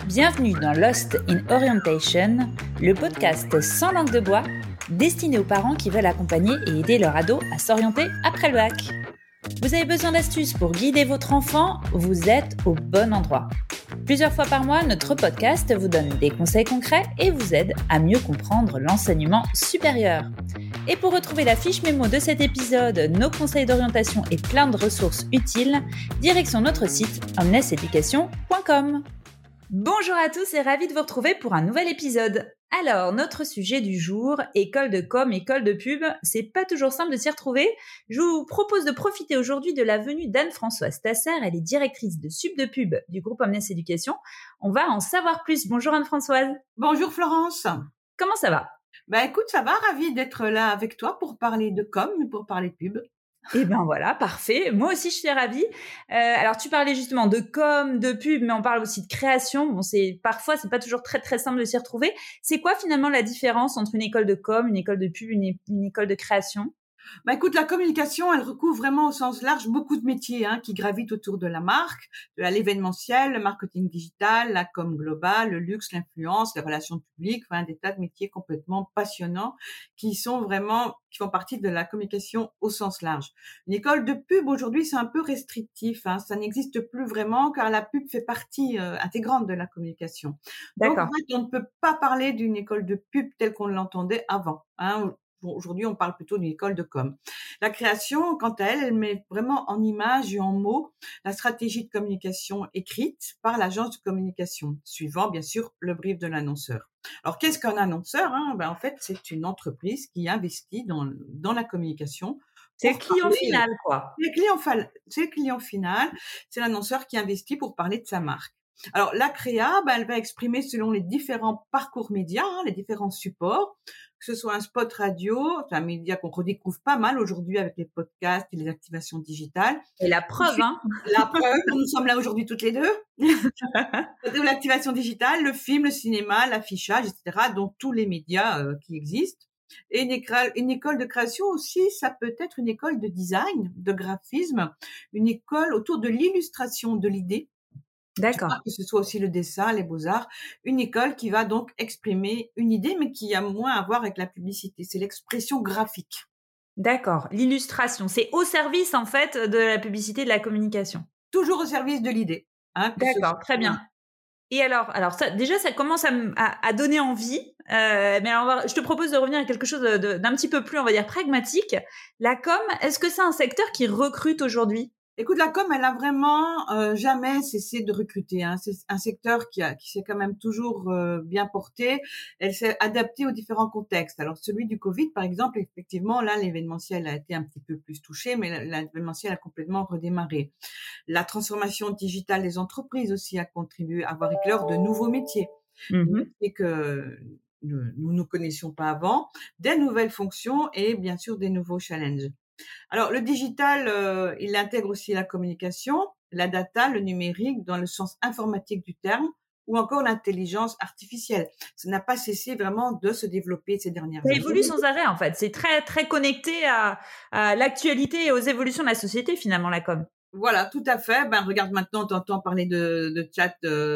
Bienvenue dans Lost in Orientation, le podcast sans langue de bois, destiné aux parents qui veulent accompagner et aider leur ado à s'orienter après le bac. Vous avez besoin d'astuces pour guider votre enfant? Vous êtes au bon endroit. Plusieurs fois par mois, notre podcast vous donne des conseils concrets et vous aide à mieux comprendre l'enseignement supérieur. Et pour retrouver la fiche mémo de cet épisode, nos conseils d'orientation et plein de ressources utiles, direction notre site omneseducation.com. Bonjour à tous et ravi de vous retrouver pour un nouvel épisode. Alors, notre sujet du jour, école de com, école de pub, c'est pas toujours simple de s'y retrouver. Je vous propose de profiter aujourd'hui de la venue d'Anne-Françoise Tasser, elle est directrice de Sub de Pub du groupe Omnes Éducation. On va en savoir plus. Bonjour Anne-Françoise. Bonjour Florence. Comment ça va? Écoute, ça va, ravie d'être là avec toi pour parler de com, pour parler de pub. Eh ben voilà, parfait. Moi aussi, je suis ravie. Alors, tu parlais justement de com, de pub, mais on parle aussi de création. Bon, parfois, c'est pas toujours très très simple de s'y retrouver. C'est quoi finalement la différence entre une école de com, une école de pub, une école de création? Écoute, la communication, elle recouvre vraiment au sens large beaucoup de métiers qui gravitent autour de la marque, de l'événementiel, le marketing digital, la com globale, le luxe, l'influence, les relations publiques, des tas de métiers complètement passionnants qui font partie de la communication au sens large. Une école de pub aujourd'hui, c'est un peu restrictif, ça n'existe plus vraiment car la pub fait partie intégrante de la communication. D'accord. Donc en fait, on ne peut pas parler d'une école de pub telle qu'on l'entendait avant. Bon, aujourd'hui, on parle plutôt d'une école de com. La création, quant à elle, elle met vraiment en images et en mots la stratégie de communication écrite par l'agence de communication, suivant bien sûr le brief de l'annonceur. Alors, qu'est-ce qu'un annonceur? En fait, c'est une entreprise qui investit dans la communication. C'est le client final, quoi. C'est le client final, c'est l'annonceur qui investit pour parler de sa marque. Alors, la créa, elle va exprimer selon les différents parcours médias, les différents supports, que ce soit un spot radio, c'est un média qu'on redécouvre pas mal aujourd'hui avec les podcasts et les activations digitales. Et la preuve, La preuve, nous sommes là aujourd'hui toutes les deux. L'activation digitale, le film, le cinéma, l'affichage, etc. Donc, tous les médias qui existent. Et une école de création aussi, ça peut être une école de design, de graphisme, une école autour de l'illustration de l'idée. D'accord. Que ce soit aussi le dessin, les beaux-arts, une école qui va donc exprimer une idée, mais qui a moins à voir avec la publicité. C'est l'expression graphique. D'accord. L'illustration, c'est au service, en fait, de la publicité et de la communication. Toujours au service de l'idée. D'accord, très bien. Et alors ça, déjà, ça commence à donner envie. Mais alors, je te propose de revenir à quelque chose d'un petit peu plus, on va dire, pragmatique. La com, est-ce que c'est un secteur qui recrute aujourd'hui? Écoute, la com, elle a vraiment jamais cessé de recruter. C'est un secteur qui s'est quand même toujours bien porté. Elle s'est adaptée aux différents contextes. Alors, celui du Covid, par exemple, effectivement, là, l'événementiel a été un petit peu plus touché, mais l'événementiel a complètement redémarré. La transformation digitale des entreprises aussi a contribué à voir éclore de nouveaux métiers. Des métiers que nous ne connaissions pas avant, des nouvelles fonctions et bien sûr des nouveaux challenges. Alors, le digital, il intègre aussi la communication, la data, le numérique dans le sens informatique du terme, ou encore l'intelligence artificielle. Ça n'a pas cessé vraiment de se développer ces dernières années. Ça évolue sans arrêt, en fait. C'est très, très connecté à l'actualité et aux évolutions de la société, finalement, la com. Voilà, tout à fait. Regarde maintenant, t'entends parler de chat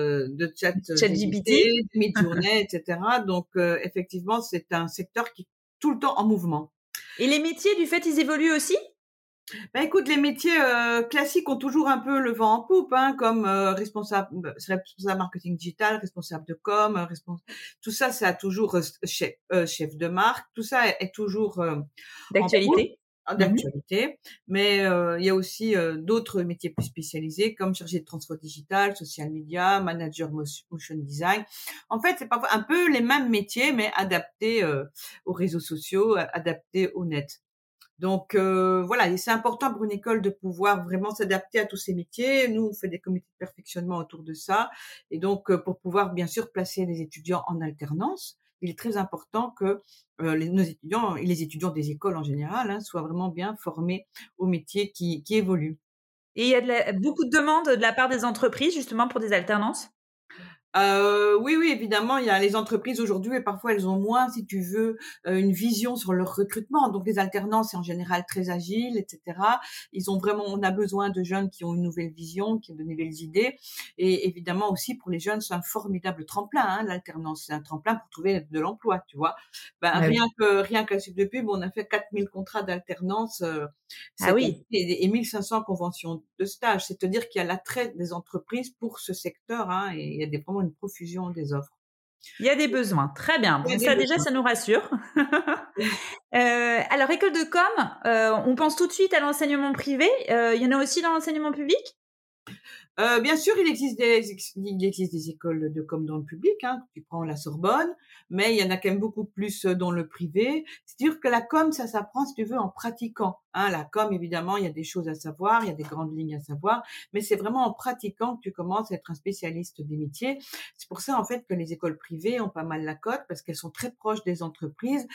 GPT, de mid-journée, etc. Donc, effectivement, c'est un secteur qui est tout le temps en mouvement. Et les métiers, du fait, ils évoluent aussi? Écoute, les métiers classiques ont toujours un peu le vent en poupe, comme responsable marketing digital, responsable de com, tout ça, ça a toujours chef de marque, tout ça est toujours d'actualité. D'actualité, mais il y a aussi d'autres métiers plus spécialisés comme chargé de transfert digital, social media, manager motion design. En fait, c'est parfois un peu les mêmes métiers, mais adaptés aux réseaux sociaux, adaptés au net. Donc voilà, et c'est important pour une école de pouvoir vraiment s'adapter à tous ces métiers. Nous, on fait des comités de perfectionnement autour de ça, et donc pour pouvoir bien sûr placer les étudiants en alternance, il est très important que nos étudiants et les étudiants des écoles en général soient vraiment bien formés aux métiers qui évoluent. Et il y a beaucoup de demandes de la part des entreprises justement pour des alternances? Oui, oui, évidemment, il y a les entreprises aujourd'hui et parfois elles ont moins, si tu veux, une vision sur leur recrutement. Donc les alternants, c'est en général très agile, et cetera. On a besoin de jeunes qui ont une nouvelle vision, qui ont de nouvelles idées. Et évidemment aussi pour les jeunes, c'est un formidable tremplin, hein, l'alternance. C'est un tremplin pour trouver de l'emploi, tu vois. Ben, Ah oui. rien qu'à Sud de Pub, on a fait 4000 contrats d'alternance, Ah cette année oui. et 1500 conventions de stage. C'est-à-dire qu'il y a l'attrait des entreprises pour ce secteur, hein, et il y a vraiment une profusion des offres. Il y a des besoins. Très bien. Il y Bon, a des ça déjà, besoins. ça nous rassure. Alors, école de com, on pense tout de suite à l'enseignement privé. Il y en a aussi dans l'enseignement public? Bien sûr, il existe des écoles de com dans le public, hein. Tu prends la Sorbonne, mais il y en a quand même beaucoup plus, dans le privé. C'est-à-dire que la com, ça s'apprend, si tu veux, en pratiquant, hein. La com, évidemment, il y a des choses à savoir, il y a des grandes lignes à savoir, mais c'est vraiment en pratiquant que tu commences à être un spécialiste des métiers. C'est pour ça, en fait, que les écoles privées ont pas mal la cote parce qu'elles sont très proches des entreprises,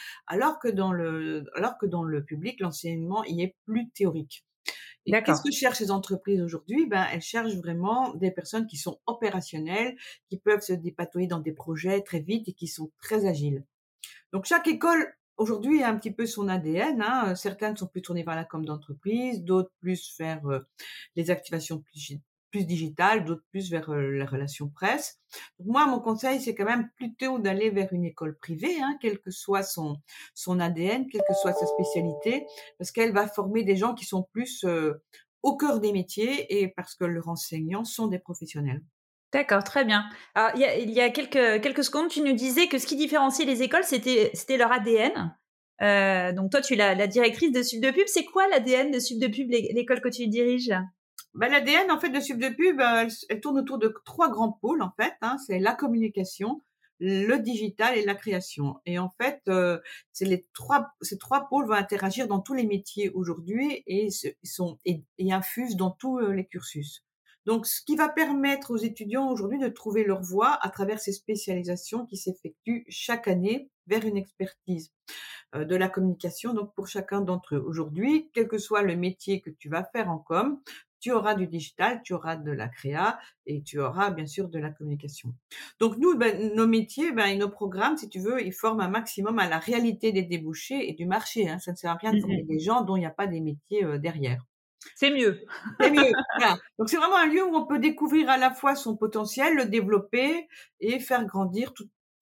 alors que dans le public, l'enseignement y est plus théorique. Et qu'est-ce D'accord. que cherchent les entreprises aujourd'hui? Ben, elles cherchent vraiment des personnes qui sont opérationnelles, qui peuvent se dépatouiller dans des projets très vite et qui sont très agiles. Donc chaque école aujourd'hui a un petit peu son ADN, hein. Certaines sont plus tournées vers la com d'entreprise, d'autres plus vers, les activations plus digitales, d'autres plus vers, la relation presse. Donc moi, mon conseil, c'est quand même plutôt d'aller vers une école privée, hein, quel que soit son ADN, quelle que soit sa spécialité, parce qu'elle va former des gens qui sont plus, au cœur des métiers et parce que leurs enseignants sont des professionnels. D'accord, très bien. Alors, il y a quelques secondes, tu nous disais que ce qui différenciait les écoles, c'était leur ADN. Donc toi, tu es la directrice de Sud de Pub. C'est quoi l'ADN de Sud de Pub, l'école que tu diriges? Bah, l'ADN en fait de Sub de Pub, elle tourne autour de 3 grands pôles en fait, hein. C'est la communication, le digital et la création et en fait, c'est ces 3 pôles vont interagir dans tous les métiers aujourd'hui et se sont et infusent dans tous, les cursus. Donc ce qui va permettre aux étudiants aujourd'hui de trouver leur voie à travers ces spécialisations qui s'effectuent chaque année vers une expertise, de la communication donc pour chacun d'entre eux. Aujourd'hui, quel que soit le métier que tu vas faire en com, tu auras du digital, tu auras de la créa et tu auras bien sûr de la communication. Donc nous, ben, nos métiers, ben, et nos programmes, si tu veux, ils forment un maximum à la réalité des débouchés et du marché, hein. Ça ne sert à rien de Mmh former mh. des gens dont il n'y a pas des métiers, derrière. C'est mieux. C'est mieux, voilà. Donc c'est vraiment un lieu où on peut découvrir à la fois son potentiel, le développer et faire grandir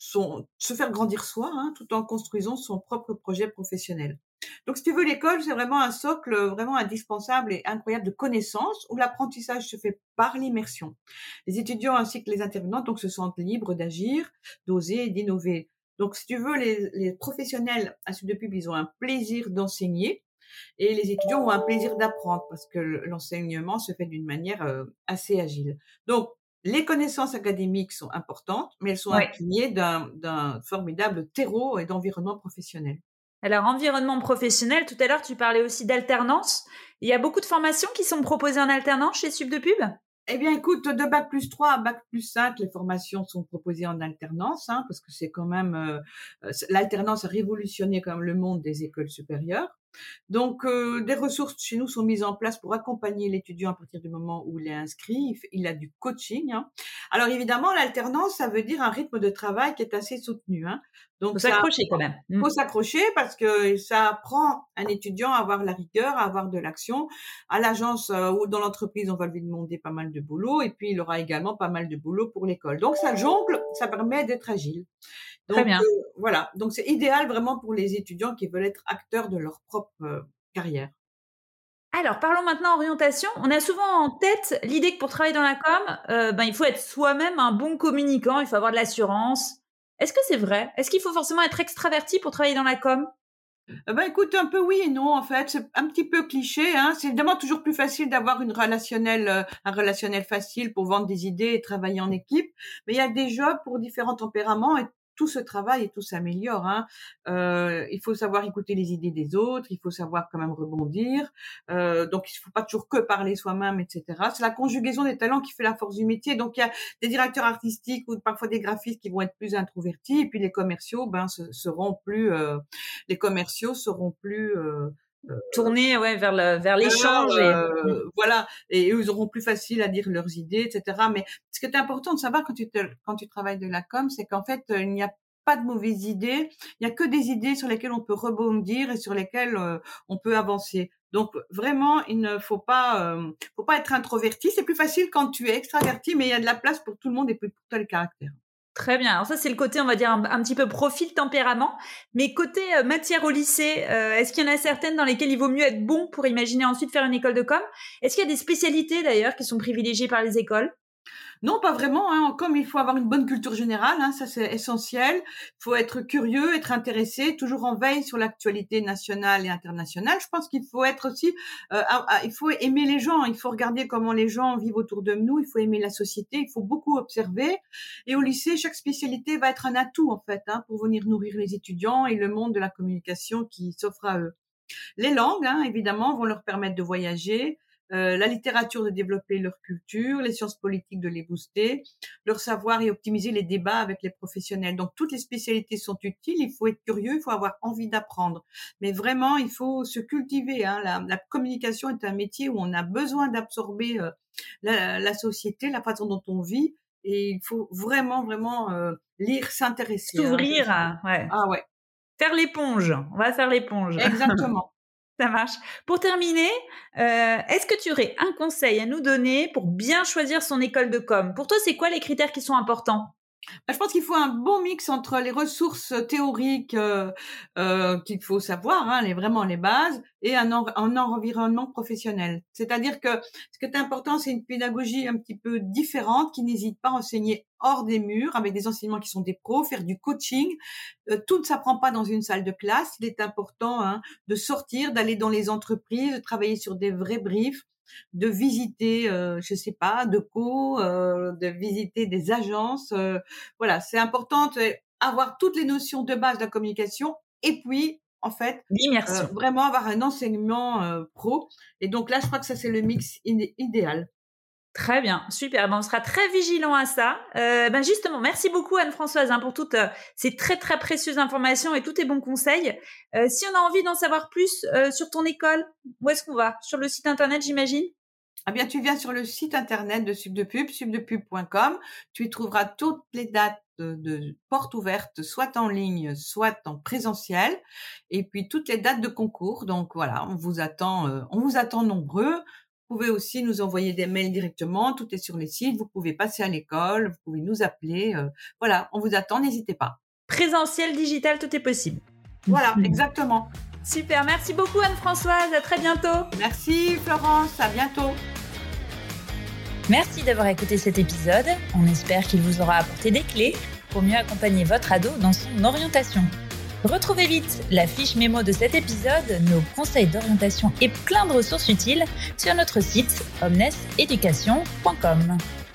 se faire grandir soi, hein, tout en construisant son propre projet professionnel. Donc si tu veux, l'école, c'est vraiment un socle, vraiment indispensable et incroyable de connaissances où l'apprentissage se fait par l'immersion. Les étudiants ainsi que les intervenants donc se sentent libres d'agir, d'oser et d'innover. Donc si tu veux, les professionnels à Sud de Pub, ils ont un plaisir d'enseigner et les étudiants ont un plaisir d'apprendre parce que l'enseignement se fait d'une manière, assez agile. Donc les connaissances académiques sont importantes, mais elles sont Ouais. imprégnées d'un formidable terreau et d'environnement professionnel. Alors, environnement professionnel, tout à l'heure, tu parlais aussi d'alternance. Il y a beaucoup de formations qui sont proposées en alternance chez Sud de Pub? Eh bien, écoute, de bac+3 à bac+5, les formations sont proposées en alternance, hein, parce que c'est quand même, l'alternance a révolutionné quand même le monde des écoles supérieures. Donc, des ressources chez nous sont mises en place pour accompagner l'étudiant à partir du moment où il est inscrit. Il a du coaching, hein. Alors évidemment, l'alternance, ça veut dire un rythme de travail qui est assez soutenu, hein. Faut Donc ça s'accrocher quand même. Mmh. faut s'accrocher parce que ça apprend un étudiant à avoir la rigueur, à avoir de l'action. À l'agence, ou dans l'entreprise, on va lui demander pas mal de boulot et puis il aura également pas mal de boulot pour l'école. Donc ça jongle, ça permet d'être agile. Très Donc bien. voilà, donc c'est idéal vraiment pour les étudiants qui veulent être acteurs de leur propre, carrière. Alors, parlons maintenant orientation. On a souvent en tête l'idée que pour travailler dans la com, il faut être soi-même un bon communicant, il faut avoir de l'assurance. Est-ce que c'est vrai? Est-ce qu'il faut forcément être extraverti pour travailler dans la com? Écoute, un peu oui et non, en fait. C'est un petit peu cliché, hein. C'est évidemment toujours plus facile d'avoir un relationnel facile pour vendre des idées et travailler en équipe. Mais il y a des jobs pour différents tempéraments et tout se travaille et tout s'améliore, hein. Il faut savoir écouter les idées des autres, il faut savoir quand même rebondir. Donc il faut pas toujours que parler soi-même, et cetera. C'est la conjugaison des talents qui fait la force du métier. Donc il y a des directeurs artistiques ou parfois des graphistes qui vont être plus introvertis et puis les commerciaux, ben, seront plus, les commerciaux seront plus tourner vers l'échange. Voilà, et eux, ils auront plus facile à dire leurs idées, etc. Mais ce qui est important de savoir quand tu travailles de la com, c'est qu'en fait, il n'y a pas de mauvaises idées, il y a que des idées sur lesquelles on peut rebondir et sur lesquelles on peut avancer. Donc vraiment, il ne faut pas être introverti. C'est plus facile quand tu es extraverti, mais il y a de la place pour tout le monde et pour tous les caractères. Très bien. Alors ça, c'est le côté, on va dire, un petit peu profil, tempérament. Mais côté matière au lycée, est-ce qu'il y en a certaines dans lesquelles il vaut mieux être bon pour imaginer ensuite faire une école de com? Est-ce qu'il y a des spécialités, d'ailleurs, qui sont privilégiées par les écoles? Non, pas vraiment. Hein. Comme il faut avoir une bonne culture générale, hein, ça c'est essentiel. Il faut être curieux, être intéressé, toujours en veille sur l'actualité nationale et internationale. Je pense qu'il faut être aussi, il faut aimer les gens. Il faut regarder comment les gens vivent autour de nous. Il faut aimer la société. Il faut beaucoup observer. Et au lycée, chaque spécialité va être un atout en fait, hein, pour venir nourrir les étudiants et le monde de la communication qui s'offre à eux. Les langues, hein, évidemment, vont leur permettre de voyager. La littérature de développer leur culture, les sciences politiques de les booster, leur savoir et optimiser les débats avec les professionnels. Donc toutes les spécialités sont utiles, il faut être curieux, il faut avoir envie d'apprendre. Mais vraiment, il faut se cultiver. Hein. La communication est un métier où on a besoin d'absorber la société, la façon dont on vit, et il faut vraiment lire, s'intéresser. S'ouvrir, hein. Ouais. Ah ouais. Faire l'éponge. On va faire l'éponge. Exactement. Ça marche. Pour terminer, est-ce que tu aurais un conseil à nous donner pour bien choisir son école de com? Pour toi, c'est quoi les critères qui sont importants? Je pense qu'il faut un bon mix entre les ressources théoriques qu'il faut savoir, hein, vraiment les bases, et un environnement professionnel. C'est-à-dire que ce qui est important, c'est une pédagogie un petit peu différente, qui n'hésite pas à enseigner hors des murs, avec des enseignements qui sont des pros, faire du coaching. Tout ne s'apprend pas dans une salle de classe. Il est important, hein, de sortir, d'aller dans les entreprises, de travailler sur des vrais briefs, de visiter, je sais pas, de visiter des agences. Voilà, c'est important d'avoir toutes les notions de base de la communication et puis, en fait, vraiment avoir un enseignement pro. Et donc là, je crois que ça, c'est le mix idéal. Très bien, super. On sera très vigilant à ça. Justement, merci beaucoup Anne-Françoise pour toutes ces très très précieuses informations et tous tes bons conseils. Si on a envie d'en savoir plus sur ton école, où est-ce qu'on va? Sur le site internet, j'imagine? Eh bien, tu viens sur le site internet de Subdepub, subdepub.com. Tu y trouveras toutes les dates de portes ouvertes, soit en ligne, soit en présentiel, et puis toutes les dates de concours. Donc voilà, on vous attend nombreux. Vous pouvez aussi nous envoyer des mails directement, tout est sur les sites, vous pouvez passer à l'école, vous pouvez nous appeler, voilà, on vous attend, n'hésitez pas. Présentiel, digital, tout est possible. Voilà, exactement. Super, merci beaucoup Anne-Françoise, à très bientôt. Merci Florence, à bientôt. Merci d'avoir écouté cet épisode, on espère qu'il vous aura apporté des clés pour mieux accompagner votre ado dans son orientation. Retrouvez vite la fiche mémo de cet épisode, nos conseils d'orientation et plein de ressources utiles sur notre site omneseducation.com.